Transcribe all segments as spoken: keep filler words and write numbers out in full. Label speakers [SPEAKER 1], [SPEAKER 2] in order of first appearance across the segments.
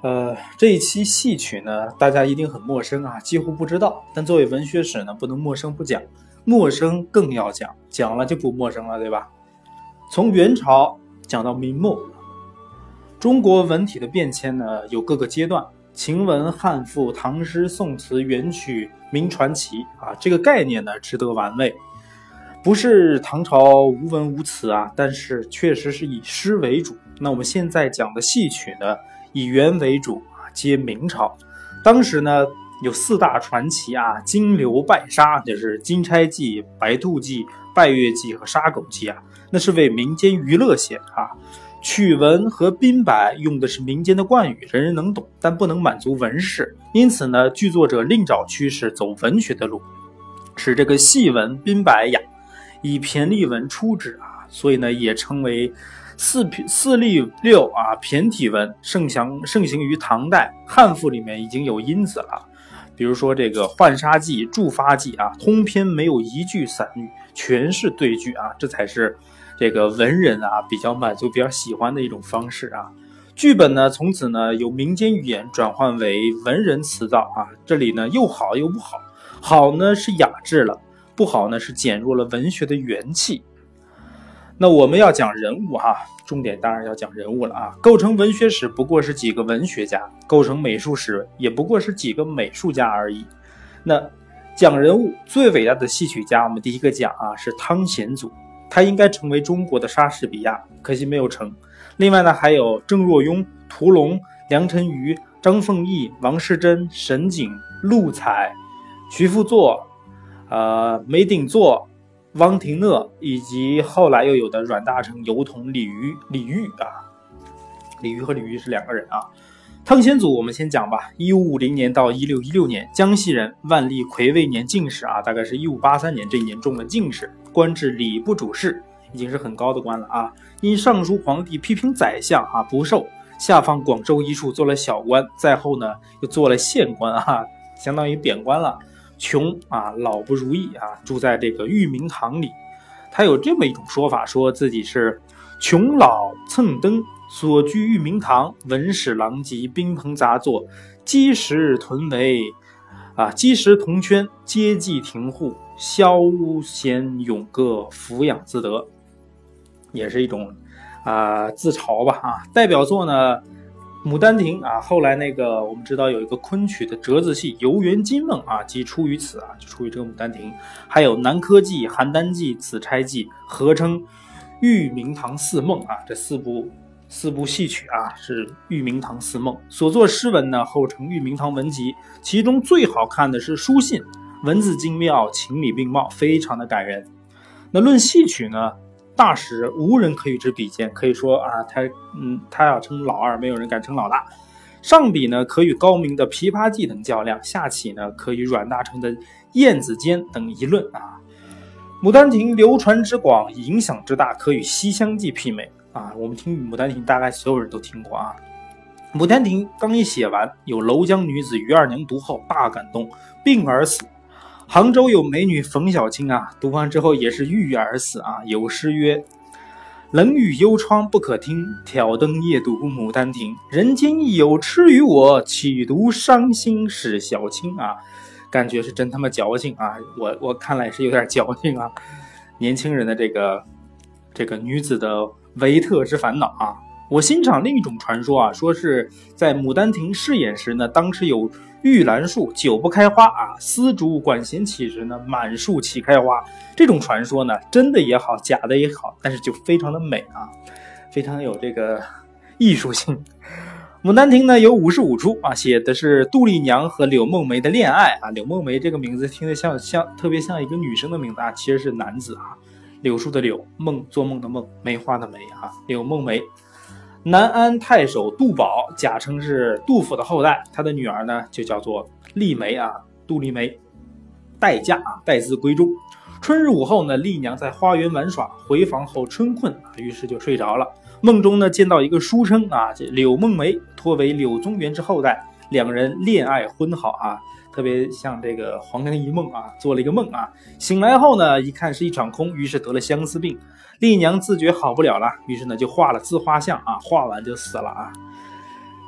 [SPEAKER 1] 呃，这一期戏曲呢，大家一定很陌生啊，几乎不知道。但作为文学史呢，不能陌生不讲，陌生更要讲，讲了就不陌生了，对吧？从元朝讲到明末，中国文体的变迁呢，有各个阶段：秦文、汉赋、唐诗、宋词、元曲、明传奇啊。这个概念呢，值得玩味。不是唐朝无文无词啊，但是确实是以诗为主。那我们现在讲的戏曲呢，以元为主啊，皆明朝。当时呢有四大传奇啊，金流拜沙，就是金钗记、白兔记、拜月记和沙狗记啊，那是为民间娱乐写的啊。曲文和宾摆用的是民间的惯语，人人能懂，但不能满足文士，因此呢，剧作者另找趋势，走文学的路，使这个戏文宾摆雅，以骈俪文出之啊，所以呢也称为四四俪六啊，骈体文盛行盛行于唐代，汉赋里面已经有因子了。比如说这个浣纱记、祝发记啊，通篇没有一句散语，全是对句啊，这才是这个文人啊比较满足、比较喜欢的一种方式啊。剧本呢，从此呢由民间语言转换为文人词造啊，这里呢又好又不好，好呢是雅致了，不好呢是减弱了文学的元气。那我们要讲人物哈、啊，重点当然要讲人物了啊。构成文学史不过是几个文学家，构成美术史也不过是几个美术家而已。那讲人物最伟大的戏曲家，我们第一个讲啊是汤显祖，他应该成为中国的莎士比亚，可惜没有成。另外呢还有郑若雍、屠龙、梁辰瑜、张凤毅、王世贞、沈璟、陆彩、徐复作、呃梅鼎作、汪廷讷，以及后来又有的阮大铖、尤彤、李渔、李煜啊，李煜和李煜是两个人啊。汤显祖我们先讲吧，一五五零年到一六一六年，江西人，万历癸未年进士啊，大概是一五八三年这一年中了进士，官至礼部主事，已经是很高的官了啊。因上书皇帝批评宰相啊不受，下放广州一处做了小官，再后呢又做了县官啊，相当于贬官了。穷啊，老不如意啊，住在这个裕明堂里。他有这么一种说法，说自己是穷老蹭登，所居裕明堂，文史狼藉，宾朋杂作，积食屯围啊，积食铜圈，接济庭户，消闲咏歌，抚养自得，也是一种啊自嘲吧啊。代表作呢，牡丹亭啊，后来那个我们知道有一个昆曲的折子戏《游园惊梦》啊，即出于此啊，就出于这个牡丹亭。还有南柯记、邯郸记、紫钗记，合称裕明堂四梦啊，这四部四部戏曲啊是裕明堂四梦。所作诗文呢，后成裕明堂文集，其中最好看的是书信，文字精妙，情理并茂，非常的感人。那论戏曲呢，大师无人可与之比肩，可以说啊，他嗯，他要称老二，没有人敢称老大。上笔呢，可与高明的《琵琶记》等较量；下棋呢，可与阮大铖的《燕子间》等一论啊。《牡丹亭》流传之广，影响之大，可与《西厢记》媲美啊。我们听《牡丹亭》，大概所有人都听过啊。《牡丹亭》刚一写完，有楼江女子于二娘读后大感动，病而死。杭州有美女冯小青啊，读完之后也是郁郁而死啊。有诗曰：冷雨幽窗不可听，挑灯夜读牡丹亭。人间亦有痴于我，岂独伤心事小青啊。感觉是真他妈矫情啊！我我看来是有点矫情啊。年轻人的这个这个女子的维特之烦恼啊。我欣赏另一种传说啊，说是在牡丹亭试演时呢，当时有玉兰树久不开花啊，丝竹管弦起时呢，满树齐开花。这种传说呢，真的也好，假的也好，但是就非常的美啊，非常有这个艺术性。牡丹亭呢有五十五出啊，写的是杜丽娘和柳梦梅的恋爱啊。柳梦梅这个名字听得像像特别像一个女生的名字啊，其实是男子啊。柳树的柳，梦做梦的梦，梅花的梅啊，柳梦梅。南安太守杜宝假称是杜甫的后代，他的女儿呢就叫做丽梅啊，杜丽梅。待嫁啊，待字闺中。春日午后呢，丽娘在花园玩耍，回房后春困啊，于是就睡着了。梦中呢见到一个书生啊，这柳梦梅托为柳宗元之后代，两人恋爱婚好啊，特别像这个黄粱一梦啊，做了一个梦啊。醒来后呢，一看是一场空，于是得了相思病。丽娘自觉好不了了，于是呢就画了自画像啊，画完就死了啊。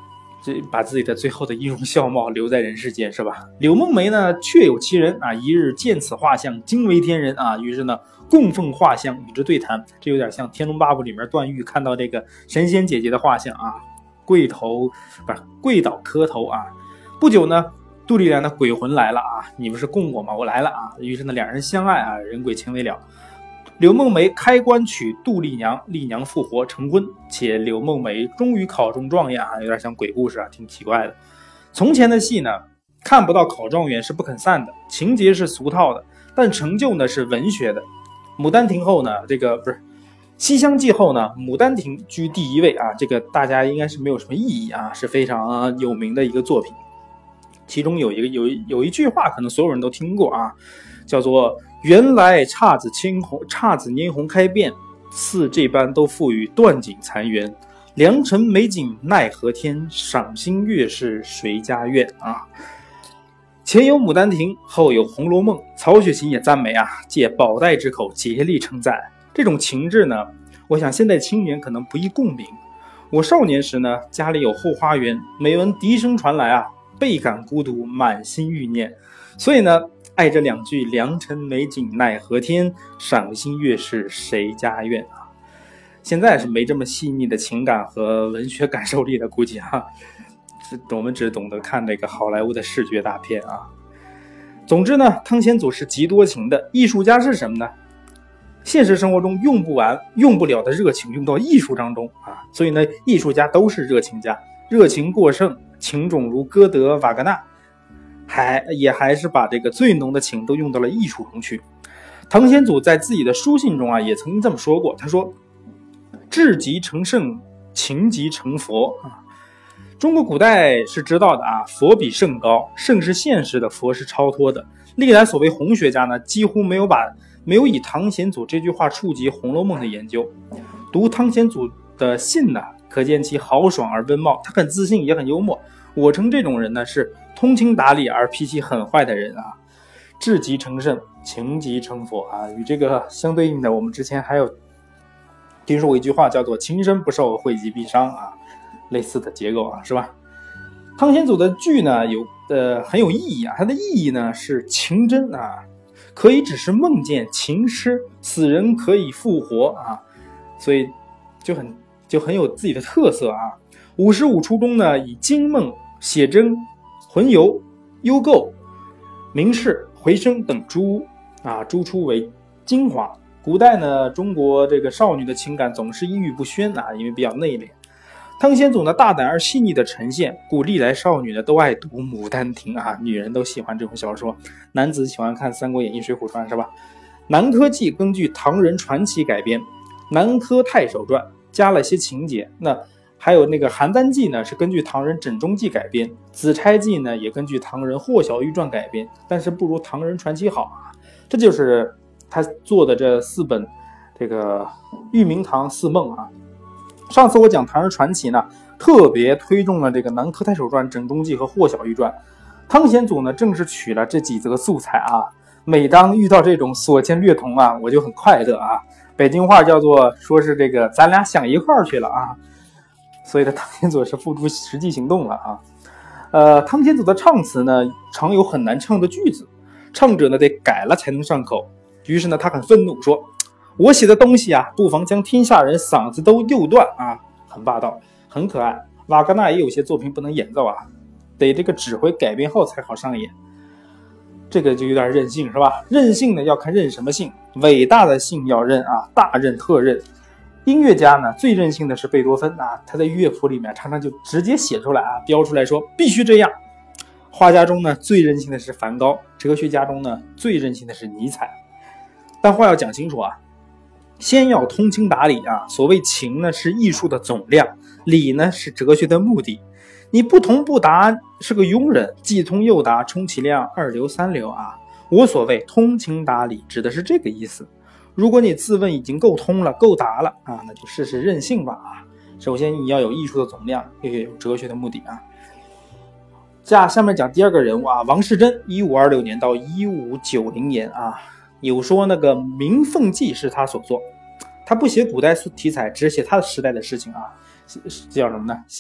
[SPEAKER 1] 这把自己的最后的音容笑貌留在人世间，是吧？柳梦梅呢，确有其人啊，一日见此画像，惊为天人啊，于是呢，供奉画像与之对谈。这有点像《天龙八部》里面段誉看到这个神仙姐姐的画像啊，跪头不是跪倒磕头啊。不久呢，杜丽娘的鬼魂来了啊，你不是供我吗？我来了啊。于是呢，两人相爱啊，人鬼情未了。柳梦梅开棺娶杜丽娘，丽娘复活成婚，且柳梦梅终于考中状元啊，有点像鬼故事啊，挺奇怪的。从前的戏呢，看不到考状元是不肯散的，情节是俗套的，但成就呢是文学的。牡丹亭后呢，这个不是西厢记后呢，牡丹亭居第一位啊，这个大家应该是没有什么异议啊，是非常有名的一个作品。其中有一个有有一句话，可能所有人都听过啊，叫做原来姹紫青红，姹紫嫣红开遍，似这般都付与断井残垣。良辰美景奈何天，赏心悦事谁家院啊。前有牡丹亭，后有红楼梦，曹雪芹也赞美啊，借宝黛之口竭力称赞。这种情致呢，我想现代青年可能不易共鸣。我少年时呢，家里有后花园，每闻笛声传来啊，倍感孤独，满心欲念。所以呢，爱这两句良辰美景奈何天，赏心悦事谁家院啊。现在是没这么细腻的情感和文学感受力的，估计啊，我们只懂得看这个好莱坞的视觉大片啊。总之呢，汤显祖是极多情的。艺术家是什么呢？现实生活中用不完、用不了的热情用到艺术当中啊，所以呢，艺术家都是热情家，热情过剩，情种如歌德、瓦格纳，还也还是把这个最浓的情都用到了艺术中去。汤显祖在自己的书信中啊，也曾经这么说过，他说：“智即成圣，情即成佛啊。”中国古代是知道的啊，佛比圣高，圣是现实的，佛是超脱的。历来所谓红学家呢，几乎没有把没有以汤显祖这句话触及《红楼梦》的研究。读汤显祖的信呢，可见其豪爽而温茂，他很自信，也很幽默。我称这种人呢，是通情达理而脾气很坏的人啊。智即成圣，情即成佛啊。与这个相对应的，我们之前还有听说过一句话，叫做情深不寿，惠及必伤啊，类似的结构啊，是吧？汤显祖的句呢，有呃很有意义啊，它的意义呢是情真啊，可以只是梦见情诗，死人可以复活啊，所以就很就很有自己的特色啊。五十五出中呢，以惊梦、写真、魂游、幽构、明示、回声等诸啊诸出为精华。古代呢，中国这个少女的情感总是抑郁不宣啊，因为比较内敛。汤显祖呢，大胆而细腻的呈现，故历来少女呢都爱读《牡丹亭》啊，女人都喜欢这种小说，男子喜欢看《三国演义》《水浒传》，是吧？南柯记根据唐人传奇改编，南柯太守传加了些情节，那还有那个邯郸记呢，是根据唐人枕中记改编，紫钗记呢也根据唐人霍小玉传改编，但是不如唐人传奇好啊。这就是他做的这四本这个玉茗堂四梦啊。上次我讲唐人传奇呢，特别推重了这个南柯太守传、枕中记和霍小玉传。汤显祖呢，正是取了这几则素材啊。每当遇到这种所见略同啊，我就很快乐啊。北京话叫做说是这个咱俩想一块儿去了啊。所以呢，汤显祖是付诸实际行动了啊。呃，汤显祖的唱词呢，常有很难唱的句子，唱者呢得改了才能上口。于是呢，他很愤怒说，我写的东西啊，不妨将天下人嗓子都诱断啊，很霸道，很可爱。瓦格纳也有些作品不能演奏啊，得这个指挥改编后才好上演。这个就有点任性，是吧？任性呢要看任什么性，伟大的性要任啊，大任特任。音乐家呢最任性的是贝多芬啊，他在乐谱里面常常就直接写出来啊，标出来说必须这样。画家中呢最任性的是梵高，哲学家中呢最任性的是尼采。但话要讲清楚啊，先要通情达理啊。所谓情呢是艺术的总量，理呢是哲学的目的。你不通不达是个庸人，既通又达，充其量二流三流啊。我所谓通情达理指的是这个意思。如果你自问已经够通了够达了啊，那就试试任性吧啊。首先你要有艺术的总量，又有哲学的目的啊。下下面讲第二个人物啊，王世贞，一五二六年到一五九零年啊。有说那个《鸣凤记》是他所作，他不写古代题材，只写他的时代的事情啊。叫什么呢？写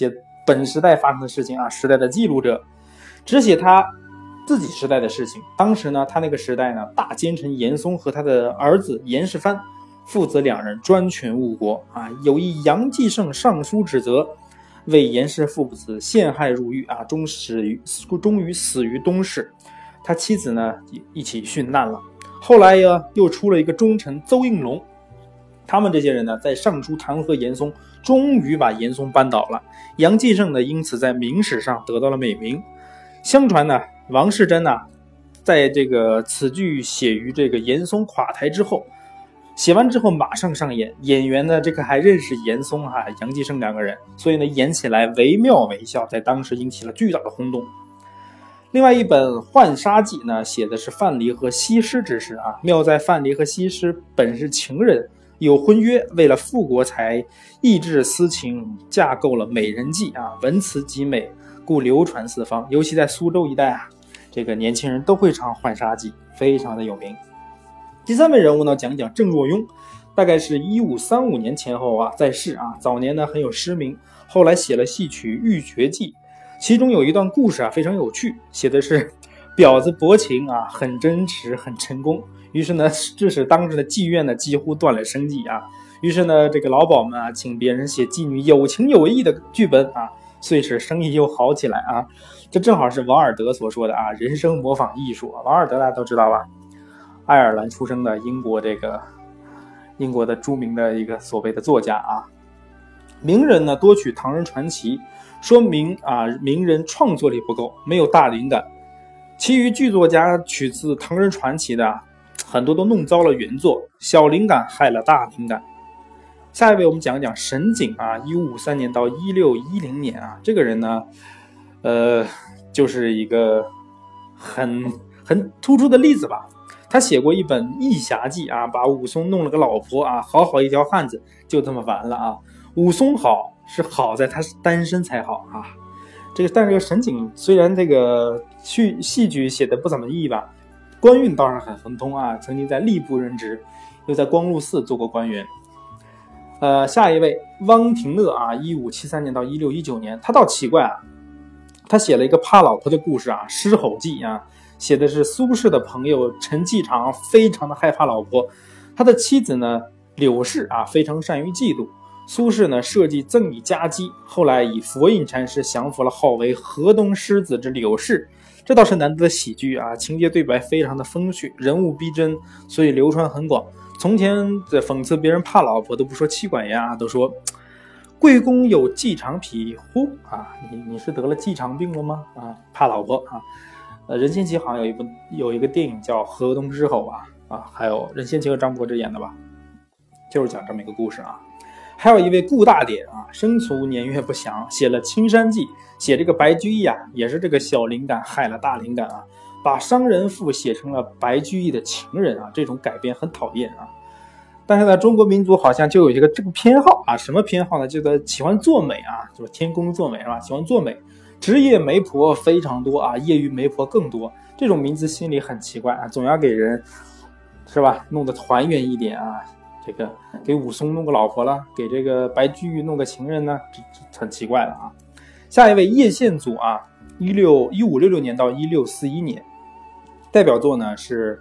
[SPEAKER 1] 本时代发生的事情啊，时代的记录者，只写他自己时代的事情。当时呢，他那个时代呢，大奸臣严嵩和他的儿子严世蕃父子两人专权误国啊，有一杨继盛上书指责，为严氏父子陷害入狱啊，终死于终于死于东市。他妻子呢一起殉难了。后来呀，又出了一个忠臣邹应龙，他们这些人呢，在上书弹劾严嵩，终于把严嵩扳倒了。杨继盛呢，因此在明史上得到了美名。相传呢，王士祯呢，在这个此剧写于这个严嵩垮台之后，写完之后马上上演，演员呢这个还认识严嵩哈、杨继盛两个人，所以呢演起来惟妙惟肖，在当时引起了巨大的轰动。另外一本《浣纱记》呢，写的是范蠡和西施之事啊。妙在范蠡和西施本是情人，有婚约，为了复国才抑制私情，架构了美人计啊，文辞极美，故流传四方。尤其在苏州一带啊，这个年轻人都会唱《浣纱记》，非常的有名。第三位人物呢，讲讲郑若雍，大概是一五三五年前后啊在世啊。早年呢很有诗名，后来写了戏曲《玉珏记》。其中有一段故事啊，非常有趣，写的是婊子薄情啊，很真实，很成功。于是呢，致使当时的妓院呢几乎断了生计啊。于是呢，这个老鸨们啊，请别人写妓女有情有义的剧本啊，遂使生意又好起来啊。这正好是王尔德所说的啊，人生模仿艺术。王尔德大家都知道吧？爱尔兰出生的英国这个英国的著名的一个所谓的作家啊。名人呢多取唐人传奇。说明啊，名人创作力不够，没有大灵感。其余剧作家取自唐人传奇的，很多都弄糟了原作，小灵感害了大灵感。下一位我们讲讲沈璟啊，一五五三年到一六一零年啊，这个人呢，呃，就是一个很很突出的例子吧。他写过一本《义侠记》啊，把武松弄了个老婆啊，好好一条汉子，就这么完了啊。武松好。是好在他是单身才好啊，这个但是这个沈璟虽然这个戏戏剧写的不怎么义吧，官运倒是很亨通啊，曾经在吏部任职，又在光禄寺做过官员。呃，下一位汪廷乐啊，一五七三年到一六一九年，他倒奇怪啊，他写了一个怕老婆的故事啊，《狮吼记》啊，写的是苏轼的朋友陈继常非常的害怕老婆，他的妻子呢柳氏啊非常善于嫉妒。苏轼呢设计赠以佳姬，后来以佛印禅师降服了号为河东狮子之柳氏，这倒是难得的喜剧啊，情节对白非常的风趣，人物逼真，所以流传很广。从前在讽刺别人怕老婆都不说妻管严啊，都说贵公有寄肠癖乎啊，你你是得了寄肠病了吗？啊，怕老婆啊。呃，任贤齐好像有一部有一个电影叫《河东狮吼》啊啊，还有任贤齐和张柏芝演的吧，就是讲这么一个故事啊。还有一位顾大典啊，生卒年月不详，写了《青山记》，写这个白居易啊，也是这个小灵感害了大灵感啊，把商人妇写成了白居易的情人啊，这种改编很讨厌啊。但是呢，中国民族好像就有一个这个偏好啊，什么偏好呢？就是喜欢做美啊，就是天公做美是吧？喜欢做美，职业媒婆非常多啊，业余媒婆更多，这种民族心理很奇怪啊，总要给人是吧，弄得团圆一点啊。这个给武松弄个老婆了，给这个白居易弄个情人呢，这这很奇怪了啊。下一位叶宪祖啊，一六一五六六年到一六四一年，代表作呢是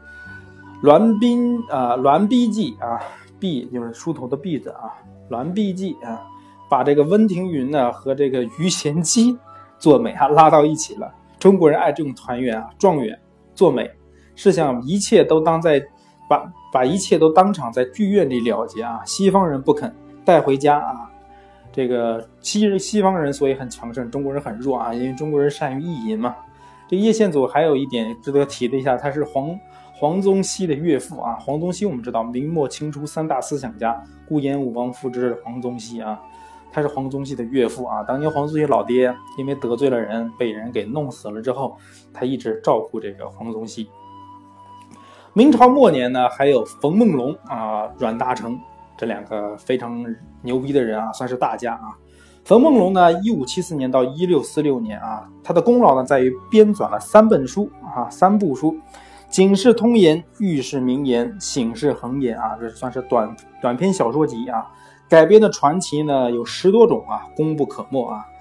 [SPEAKER 1] 《栾宾啊栾逼记》啊，跸就是梳头的跸子啊，《栾逼记》啊，把这个温庭筠呢和这个鱼贤姬做美啊拉到一起了。中国人爱这种团圆啊，状元做美，试想一切都当在。把把一切都当场在剧院里了结啊！西方人不肯带回家啊，这个西西方人所以很强盛，中国人很弱啊，因为中国人善于意淫嘛。这叶宪祖还有一点值得提的一下，他是黄黄宗羲的岳父啊。黄宗羲我们知道，明末清初三大思想家，顾炎武、王夫之、黄宗羲啊，他是黄宗羲的岳父啊。当年黄宗羲老爹因为得罪了人，被人给弄死了之后，他一直照顾这个黄宗羲。明朝末年呢，还有冯梦龙啊、阮大铖这两个非常牛逼的人啊，算是大家啊。冯梦龙呢，一五七四年到一六四六年啊，他的功劳呢在于编纂了三本书啊，三部书，《警世通言》《喻世明言》《醒世恒言》啊，这算是短短篇小说集啊。改编的传奇呢有十多种啊，功不可没啊。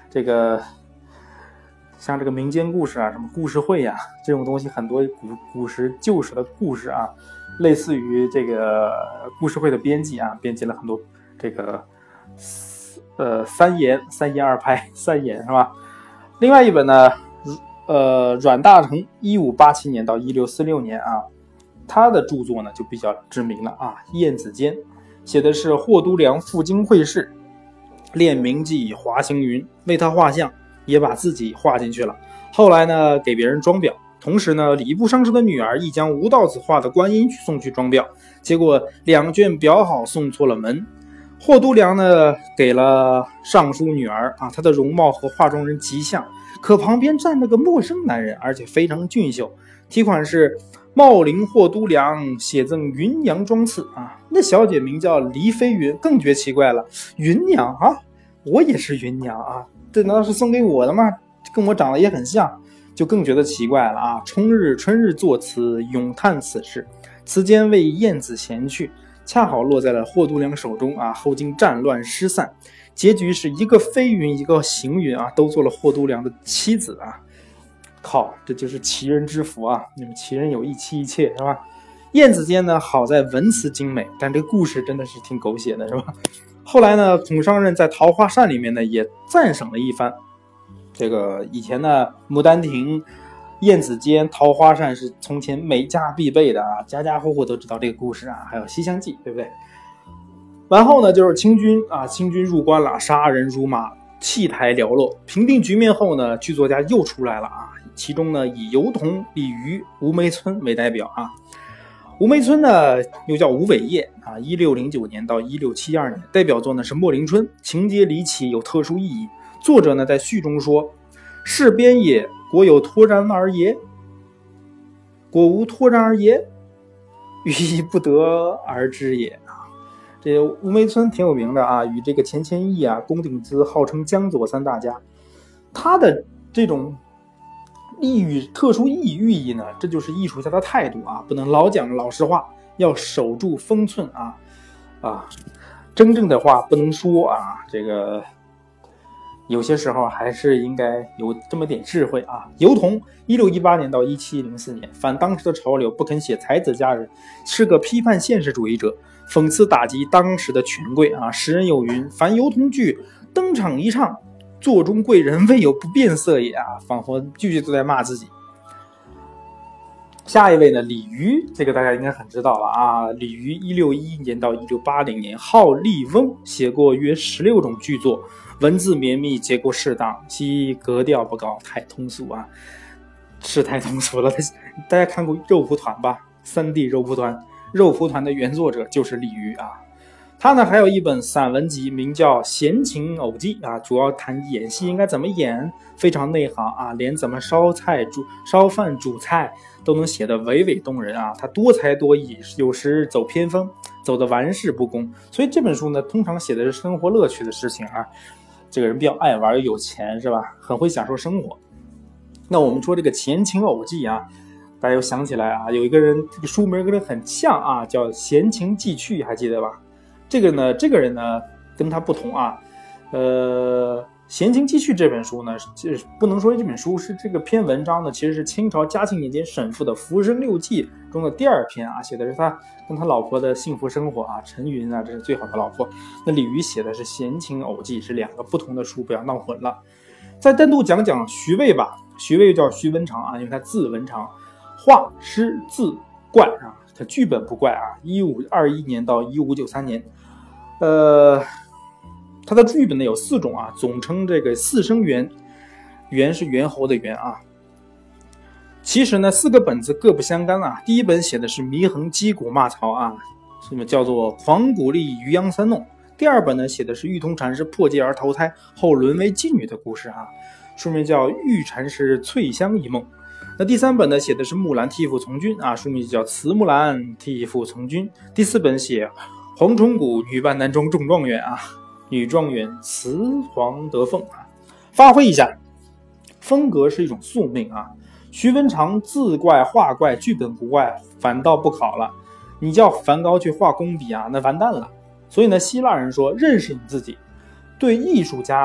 [SPEAKER 1] 这个像这个民间故事啊，什么故事会呀、啊，这种东西很多古古时旧时的故事啊，类似于这个故事会的编辑啊，编辑了很多这个呃三言三言二拍三言是吧？另外一本呢，呃阮大铖一五八七年到一六四六年啊，他的著作呢就比较知名了啊，《晏子坚》写的是霍都梁赴京会试，练名记华行云，为他画像，也把自己画进去了。后来呢，给别人装裱。同时呢，礼部尚书的女儿亦将吴道子画的观音去送去装裱，结果两卷裱好送错了门。霍都梁呢，给了尚书女儿啊，她的容貌和画中人极像，可旁边站了个陌生男人，而且非常俊秀。题款是茂陵霍都梁写赠云娘装赐啊，那小姐名叫黎飞云，更觉奇怪了，云娘啊，我也是云娘啊，这难道是送给我的吗？跟我长得也很像，就更觉得奇怪了啊！冲日春日作词，咏叹此事，词间为晏子衔去，恰好落在了霍都梁手中啊。后经战乱失散，结局是一个飞云，一个行云啊，都做了霍都梁的妻子啊。靠，这就是奇人之福啊！你们奇人有一妻一妾是吧？晏子坚呢，好在文辞精美，但这个故事真的是挺狗血的，是吧？后来呢，孔尚任在《桃花扇》里面呢，也赞赏了一番。这个以前呢，《牡丹亭》、晏子坚、《桃花扇》是从前每家必备的啊，家家户户都知道这个故事啊，还有《西厢记》，对不对？完后呢，就是清军啊，清军入关了，杀人如麻，弃台寥落。平定局面后呢，剧作家又出来了啊，其中呢，以尤彤、李渔、吴梅村为代表啊。吴梅村呢，又叫吴伟业啊，一六零九年到一六七二年，代表作呢是《墨林春》，情节离奇，有特殊意义。作者呢在序中说：“事边也，国有脱然而也，国无脱然而也，寓意不得而知也。”啊，这吴梅村挺有名的啊，与这个钱谦益啊、龚鼎孳号称江左三大家。他的这种意喻特殊意寓意呢，这就是艺术家的态度啊，不能老讲老实话，要守住分寸啊啊，真正的话不能说啊，这个有些时候还是应该有这么点智慧啊。尤彤一六一八年到一七零四年，反当时的潮流，不肯写才子佳人，是个批判现实主义者，讽刺打击当时的权贵啊。诗人有云：“凡尤彤剧登场一唱，座中贵人未有不变色也啊！”仿佛句句都在骂自己。下一位呢，李渔，这个大家应该很知道了啊。李渔一六一一年到一六八零年，号立翁，写过约十六种剧作，文字绵密，结构适当，其格调不高，太通俗啊，是太通俗了。大家看过肉蒲团吧？三 D 肉蒲团，肉蒲团的原作者就是李渔啊。他呢还有一本散文集，名叫《闲情偶记》啊，主要谈演戏应该怎么演，非常内行啊，连怎么烧菜、煮烧饭、煮菜都能写得娓娓动人啊。他多才多艺，有时走偏锋，走得玩世不恭。所以这本书呢，通常写的是生活乐趣的事情啊。这个人比较爱玩，有钱是吧？很会享受生活。那我们说这个《闲情偶记》啊，大家又想起来啊，有一个人这个书名跟他很像啊，叫《闲情寄趣》，还记得吧？这个呢，这个人呢跟他不同啊，呃，《闲情寄趣》这本书呢，就是不能说这本书是这个篇文章呢，其实是清朝嘉庆年间沈复的《浮生六记》中的第二篇啊，写的是他跟他老婆的幸福生活啊，陈云啊，这是最好的老婆。那李渔写的是《闲情偶记》，是两个不同的书，不要闹混了。再单独讲讲徐渭吧，徐渭又叫徐文长啊，因为他字文长，画诗字怪啊，他剧本不怪啊。一五二一年到一五九三年。呃，它的剧本呢有四种啊，总称这个四声元，元是猿猴的元啊。其实呢，四个本子各不相干啊。第一本写的是祢衡击鼓骂曹啊，什么叫做狂鼓励渔阳三弄。第二本呢写的是玉通禅师破戒而投胎后沦为妓女的故事啊，书名叫玉禅师翠香一梦。那第三本呢写的是木兰替父从军啊，书名叫慈木兰替父从军。第四本写黄虫谷女扮男装中状元啊，女状元雌黄得凤啊。发挥一下，风格是一种宿命啊。徐文长字怪画怪，剧本不怪，反倒不考了。你叫梵高去画工笔啊，那完蛋了。所以呢，希腊人说认识你自己。对艺术家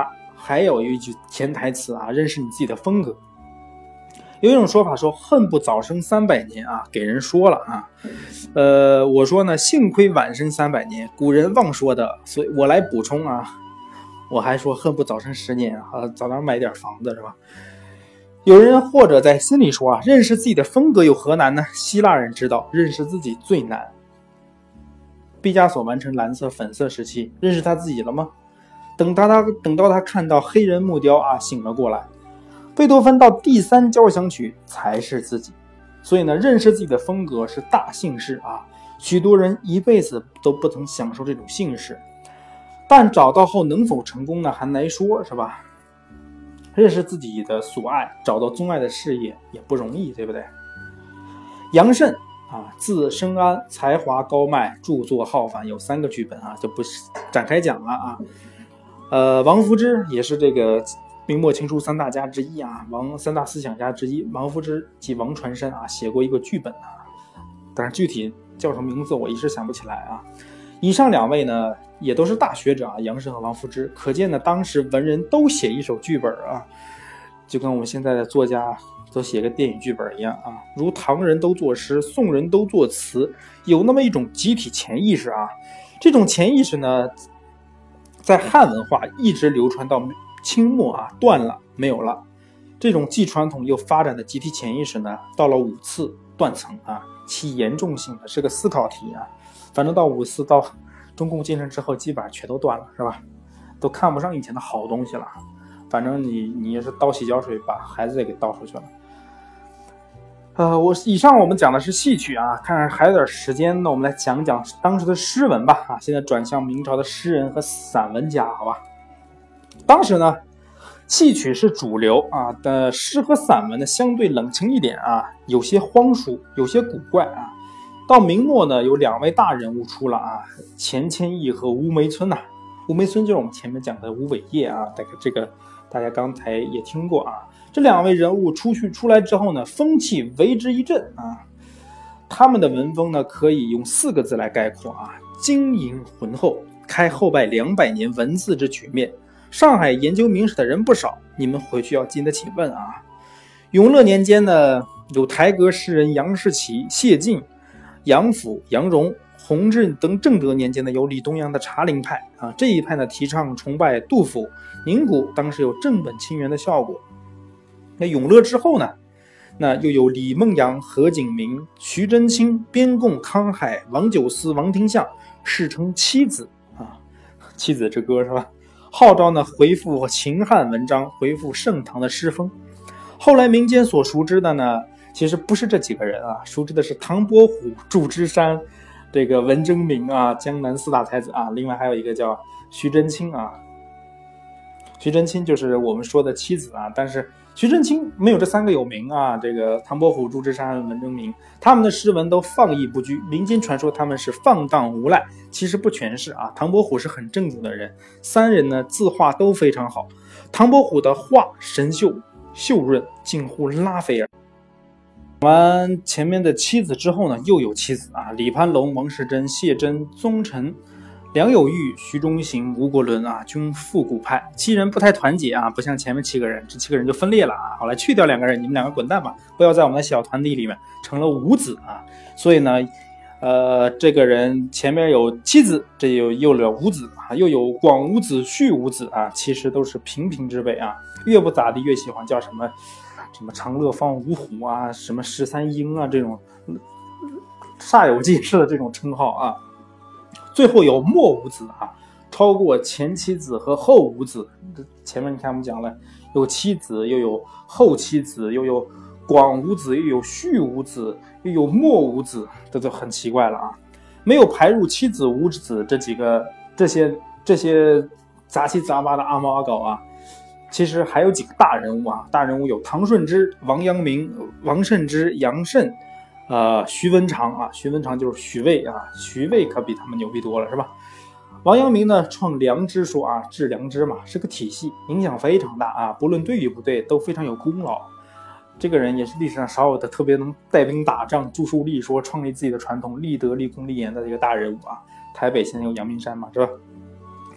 [SPEAKER 1] 还有一句潜台词啊，认识你自己的风格。有一种说法说恨不早生三百年啊，给人说了啊，呃，我说呢，幸亏晚生三百年，古人忘说的，所以我来补充啊，我还说恨不早生十年啊，早点买点房子是吧？有人或者在心里说啊，认识自己的风格有何难呢？希腊人知道认识自己最难。毕加索完成蓝色粉色时期，认识他自己了吗？等到他等到他看到黑人木雕啊，醒了过来。贝多芬到第三交响曲才是自己，所以呢，认识自己的风格是大幸事啊。许多人一辈子都不曾享受这种幸事，但找到后能否成功呢，还难说，是吧？认识自己的所爱，找到钟爱的事业也不容易，对不对？杨慎啊，字申安，才华高迈，著作浩繁，有三个剧本啊，就不展开讲了啊。呃，王夫之也是这个明末清初三大家之一啊，王三大思想家之一，王夫之及王传山啊，写过一个剧本啊，但是具体叫什么名字我一时想不起来啊。以上两位呢，也都是大学者啊，杨慎和王夫之，可见呢，当时文人都写一手剧本啊，就跟我们现在的作家都写个电影剧本一样啊。如唐人都作诗，宋人都作词，有那么一种集体潜意识啊。这种潜意识呢，在汉文化一直流传到清末啊，断了没有了。这种既传统又发展的集体潜意识呢，到了五次断层啊，其严重性呢是个思考题啊。反正到五四到中共建成之后，基本上全都断了，是吧？都看不上以前的好东西了。反正你你也是倒洗脚水，把孩子也给倒出去了。呃，我以上我们讲的是戏曲啊，看还有点时间，那我们来讲讲当时的诗文吧。啊，现在转向明朝的诗人和散文家，好吧？当时呢，戏曲是主流啊，的诗和散文呢相对冷清一点啊，有些荒疏，有些古怪啊。到明末呢，有两位大人物出了啊，钱谦益和吴梅村呐、啊。吴梅村就是我们前面讲的吴伟业啊，这个这个大家刚才也听过啊。这两位人物出去出来之后呢，风气为之一振啊。他们的文风呢，可以用四个字来概括啊：精颖浑厚，开后拜两百年文字之局面。上海研究明史的人不少，你们回去要经得起问啊。永乐年间呢，有台阁诗人杨士奇、谢晋、杨甫、杨荣、弘治等正德年间呢，有李东阳的茶陵派啊，这一派呢提倡崇拜杜甫、宁古，当时有正本清源的效果。那永乐之后呢，那又有李梦阳、何景明、徐祯卿、边贡、康海、王九思、王廷相，世称七子啊，七子之歌是吧？号召呢回复秦汉文章，回复盛唐的诗风。后来民间所熟知的呢，其实不是这几个人啊，熟知的是唐伯虎、祝枝山、这个文征明啊，江南四大才子啊，另外还有一个叫徐祯卿啊。徐祯卿就是我们说的妻子啊，但是徐祯卿没有这三个有名啊，这个唐伯虎、祝枝山、文征明，他们的诗文都放逸不拘，民间传说他们是放荡无赖，其实不全是啊。唐伯虎是很正经的人，三人呢字画都非常好，唐伯虎的画神秀秀润，近乎拉斐尔。完前面的妻子之后呢，又有妻子啊，李攀龙、王世贞、谢珍、宗臣、梁有玉、徐中行、吴国伦啊，均复古派。七人不太团结啊，不像前面七个人，这七个人就分裂了啊。后来去掉两个人，你们两个滚蛋吧，不要在我们的小团体里面，成了五子啊。所以呢，呃，这个人前面有妻子，这有又有五子啊，又有广五子、续五子啊，其实都是平平之辈啊。越不咋地越喜欢叫什么什么长乐坊五虎啊，什么十三英啊，这种煞有介事的这种称号啊。最后有末五子啊，超过前妻子和后五子。前面你看我们讲了，有妻子，又有后妻子，又有广五子，又有续五子，又有末五子，这就很奇怪了啊。没有排入妻子、五子这几个这些这些杂七杂八的阿猫阿狗啊。其实还有几个大人物啊，大人物有唐顺之、王阳明、王慎之、杨慎。呃，徐文长啊，徐文长就是徐渭啊，徐渭可比他们牛逼多了，是吧？王阳明呢，创良知说啊，治良知嘛，是个体系，影响非常大啊，不论对与不对，都非常有功劳。这个人也是历史上少有的特别能带兵打仗、著书立说、创立自己的传统、立德、立功、立言的一个大人物啊。台北现在有阳明山嘛，是吧？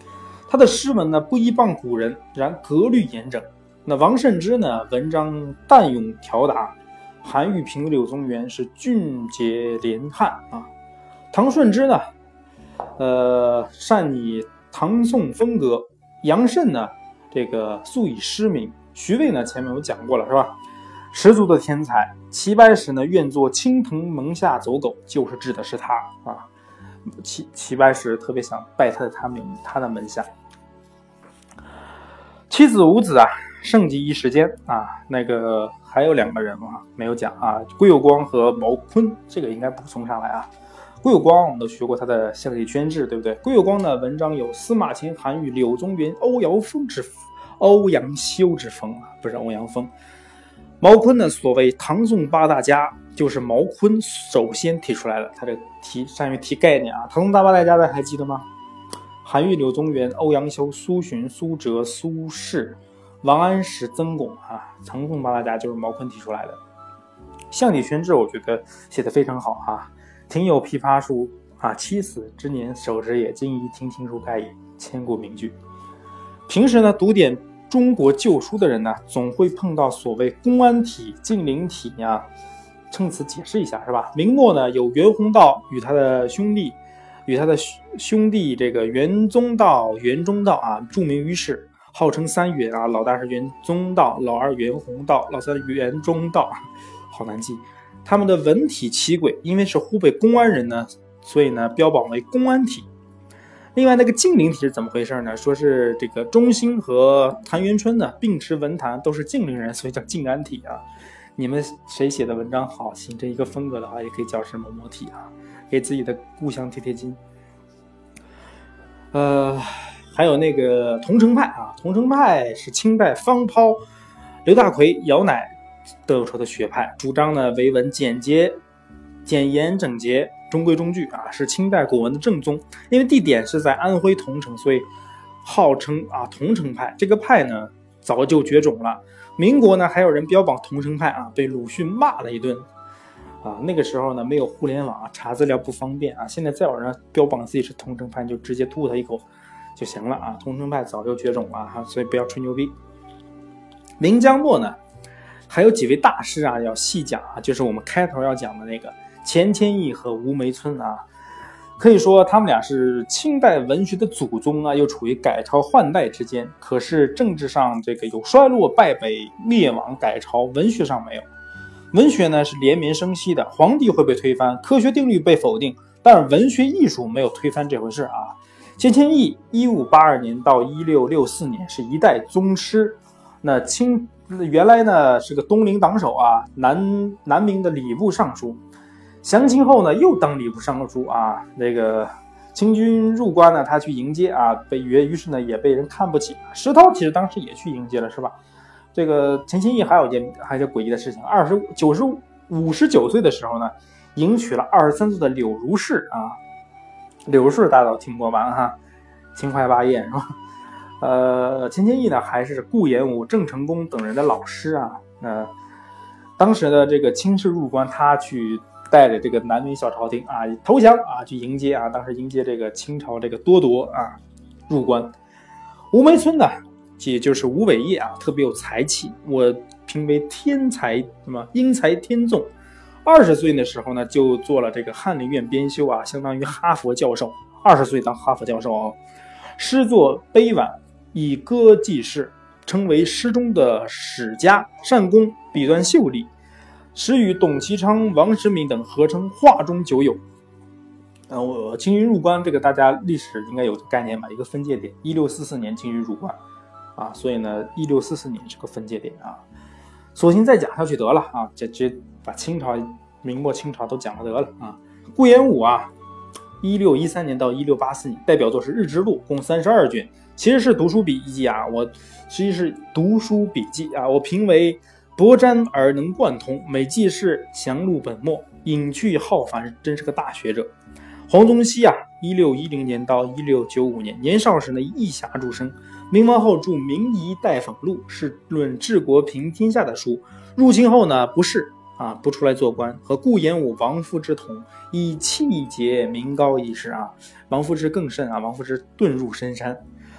[SPEAKER 1] 他的诗文呢不依傍古人，然格律严整。那王慎之呢，文章淡咏调达，韩愈评柳宗元是俊洁廉汉啊。唐顺之呢，呃，善以唐宋风格。杨慎呢，这个素以诗名。徐渭呢，前面有讲过了是吧？十足的天才。齐白石呢，愿做青藤门下走狗，就是指的是他啊。齐齐白石特别想拜他的他门他的门下。七子五子啊，盛极一时间啊。那个还有两个人啊没有讲啊，归有光和毛坤，这个应该补充上来啊。归有光我们都学过他的《象体宣志》，对不对？归有光的文章有司马迁、韩愈、柳宗元、欧阳锋之欧阳修之风啊，不是欧阳锋。毛坤呢，所谓唐宋八大家，就是毛坤首先提出来的。他这提善于提概念啊。唐宋大八大家大家还记得吗？韩愈、柳宗元、欧阳修、苏洵、苏辙、苏轼、王安石、曾巩啊。唐宋八大家就是毛坤提出来的。《象体宣志》我觉得写得非常好啊。庭有枇杷树啊，七死之年手植也，今宜听青树盖也，千古名句。平时呢，读点中国旧书的人呢，总会碰到所谓公安体、禁令体呀，趁此解释一下是吧？明末呢，有袁宏道与他的兄弟，与他的兄弟这个袁宗道、袁中道啊，著名于世，号称三袁啊，老大是袁宗道，老二袁宏道，老三袁中道，好难记。他们的文体奇诡，因为是湖北公安人呢，所以呢标榜为公安体。另外那个晋陵体是怎么回事呢？说是这个钟兴和谭元春呢并持文坛，都是晋陵人，所以叫晋安体啊。你们谁写的文章好，形成一个风格的话，也可以叫是某某体啊，给自己的故乡贴贴金。呃，还有那个桐城派啊，桐城派是清代方苞、刘大奎、姚鼐都有说的学派，主张呢为文简洁、简言整洁、中规中矩啊，是清代古文的正宗。因为地点是在安徽桐城，所以号称啊桐城派。这个派呢早就绝种了。民国呢还有人标榜桐城派啊，被鲁迅骂了一顿啊。那个时候呢没有互联网啊，查资料不方便啊。现在再有人标榜自己是桐城派，就直接吐他一口就行了啊。桐城派早就绝种了哈，所以不要吹牛逼。明江末呢，还有几位大师啊要细讲啊，就是我们开头要讲的那个钱谦益和吴梅村啊。可以说他们俩是清代文学的祖宗啊，又处于改朝换代之间。可是政治上这个有衰落、败北、灭亡、改朝，文学上没有。文学呢是连绵生息的，皇帝会被推翻，科学定律被否定，但是文学艺术没有推翻这回事啊。钱谦益一五八二年到一六六四年是一代宗师，那清原来呢是个东林党首啊，南南明的礼部尚书。降清后呢，又当礼部尚书啊。那个清军入关呢，他去迎接啊，被于于是呢也被人看不起。石涛其实当时也去迎接了，是吧？这个钱谦益还有一件还有一件诡异的事情，二十九十五十九岁的时候呢，迎娶了二十三岁的柳如是啊。柳如是大家都听过吧？哈，秦淮八艳是吧？呃，钱谦益呢还是顾炎武、郑成功等人的老师啊。呃，当时的这个清室入关，他去带着这个南明小朝廷啊投降啊去迎接啊，当时迎接这个清朝这个多铎啊入关。吴梅村呢，也就是吴伟业啊，特别有才气，我评为天才，什么英才天纵。二十岁的时候呢，就做了这个翰林院编修啊，相当于哈佛教授。二十岁当哈佛教授哦，诗作碑婉，以歌济世，称为诗中的史家，善工，笔端秀丽。时与董其昌、王时敏等合称画中九友。呃，我清军入关，这个大家历史应该有概念吧？一个分界点，一六四四年清军入关啊，所以呢，一六四四年是个分界点啊。索性再讲下去得了啊，直接把清朝、明末清朝都讲了得了啊。顾炎武啊，一六一三年到一六八四年，代表作是《日志录》，共三十二卷，其实是读书笔记啊。我实际是读书笔记啊，我评为博瞻而能贯通，每记事详录本末，隐去浩繁，真是个大学者。黄宗羲啊，一六一零年到一六九五年，年少时呢义侠著称，明亡后著《明夷待讽录》，是论治国平天下的书。入清后呢不仕啊，不出来做官，和顾炎武、王夫之同，以气节名高一时啊。王夫之更甚啊，王夫之遁入深山。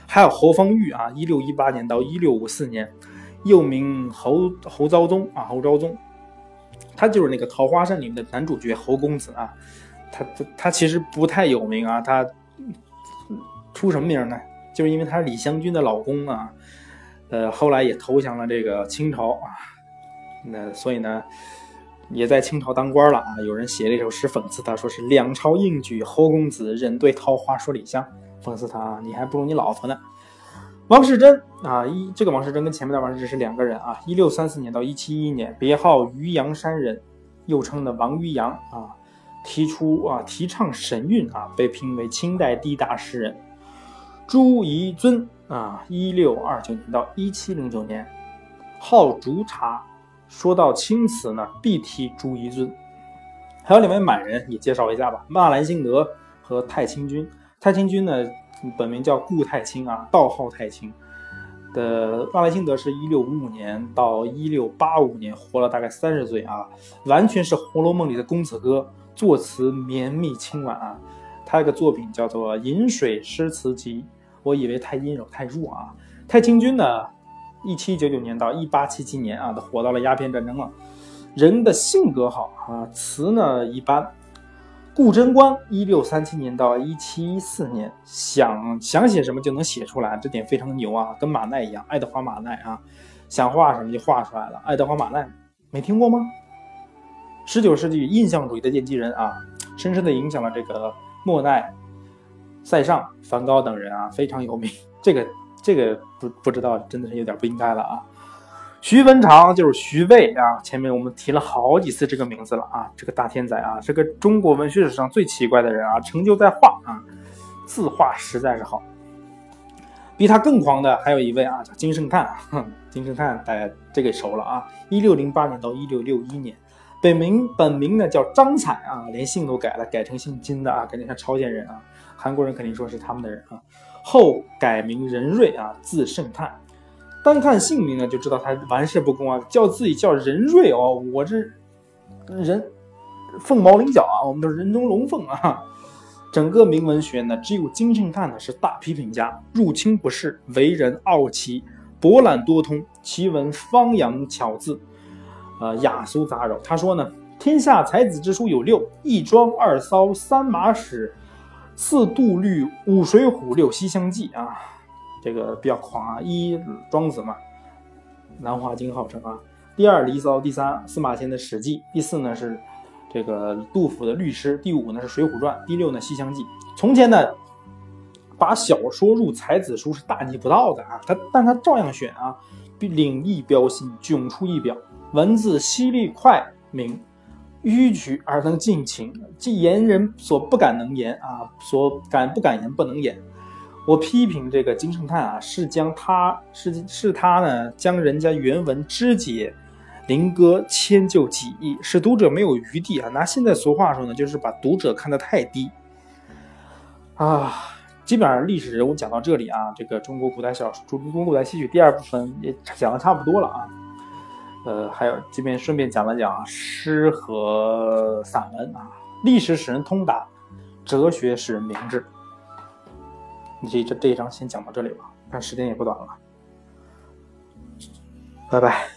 [SPEAKER 1] 还有侯方域啊，一六一八年到一六五四年，又名侯侯昭宗啊，侯昭宗，他就是那个《桃花扇》里面的男主角侯公子啊。他他他其实不太有名啊，他出什么名呢？就是因为他是李香君的老公啊，呃，后来也投降了这个清朝啊，那所以呢，也在清朝当官了啊。有人写了一首诗讽刺他，说是两朝应举侯公子，忍对桃花说李香，讽刺他，你还不如你老婆呢。王士祯啊，一这个王士祯跟前面的王士祯是两个人啊。一六三四年到一七一一年，别号渔阳山人，又称的王渔阳啊。提出啊，提倡神韵啊，被评为清代第一大诗人。朱彝尊啊，一六二九年到一七零九年，好竹茶。说到青词呢，必提朱彝尊。还有两位满人也介绍一下吧，纳兰性德和太清君。太清君呢，本名叫顾太清啊，道号太清。的纳兰性德是一六五五年到一六八五年，活了大概三十岁啊，完全是《红楼梦》里的公子哥。作词绵密清婉啊，他有个作品叫做《饮水诗词集》，我以为太阴柔太弱啊。太清君呢，一七九九年到一八七七年啊，他活到了鸦片战争了。人的性格好啊，词呢一般。顾贞观一六三七年到一七一四年，想想写什么就能写出来，这点非常牛啊，跟马奈一样，爱德华马奈啊，想画什么就画出来了。爱德华马奈没听过吗？十九世纪印象主义的奠基人啊，深深的影响了这个莫奈、塞尚、梵高等人啊，非常有名。这个这个不不知道，真的是有点不应该了啊。徐文长就是徐渭啊，前面我们提了好几次这个名字了啊，这个大天才啊，是个中国文学史上最奇怪的人啊，成就在画啊，字画实在是好。比他更狂的还有一位啊，叫金圣叹。金圣叹大家这个熟了啊，一六零八年到一六六一年。本名本名呢叫张彩啊，连姓都改了，改成姓金的啊，感觉像朝鲜人啊，韩国人肯定说是他们的人啊。后改名任瑞啊，字圣叹。单看姓名呢，就知道他玩世不恭啊，叫自己叫任瑞哦，我这人凤毛麟角啊，我们都是人中龙凤啊。整个明文学呢，只有金圣叹呢是大批评家，入清不仕，为人傲奇，博览多通，奇文方扬巧字。呃，雅俗杂糅。他说呢，天下才子之书有六：一庄、二骚、三马史、四杜律、五水浒、六西厢记啊。这个比较狂啊，一庄子嘛，南华经号称啊。第二离骚，第三司马迁的史记，第四呢是这个杜甫的律诗，第五呢是水浒传，第六呢西厢记。从前呢，把小说入才子书是大逆不道的啊，他但他照样选啊，领意标新，迥出一表。文字犀利快明，迂曲而能尽情，即言人所不敢能言啊，所敢不敢言不能言。我批评这个金圣叹啊，是将他是是他呢将人家原文肢解、临歌迁就己意，使读者没有余地啊。拿现在俗话说呢，就是把读者看得太低啊。基本上历史人物讲到这里啊，这个中国古代小说、中国古代戏曲第二部分也讲的差不多了啊。呃，还有这边顺便讲了讲诗和散文啊，历史使人通达，哲学使人明智。这这这一章先讲到这里吧，看时间也不短了，拜拜。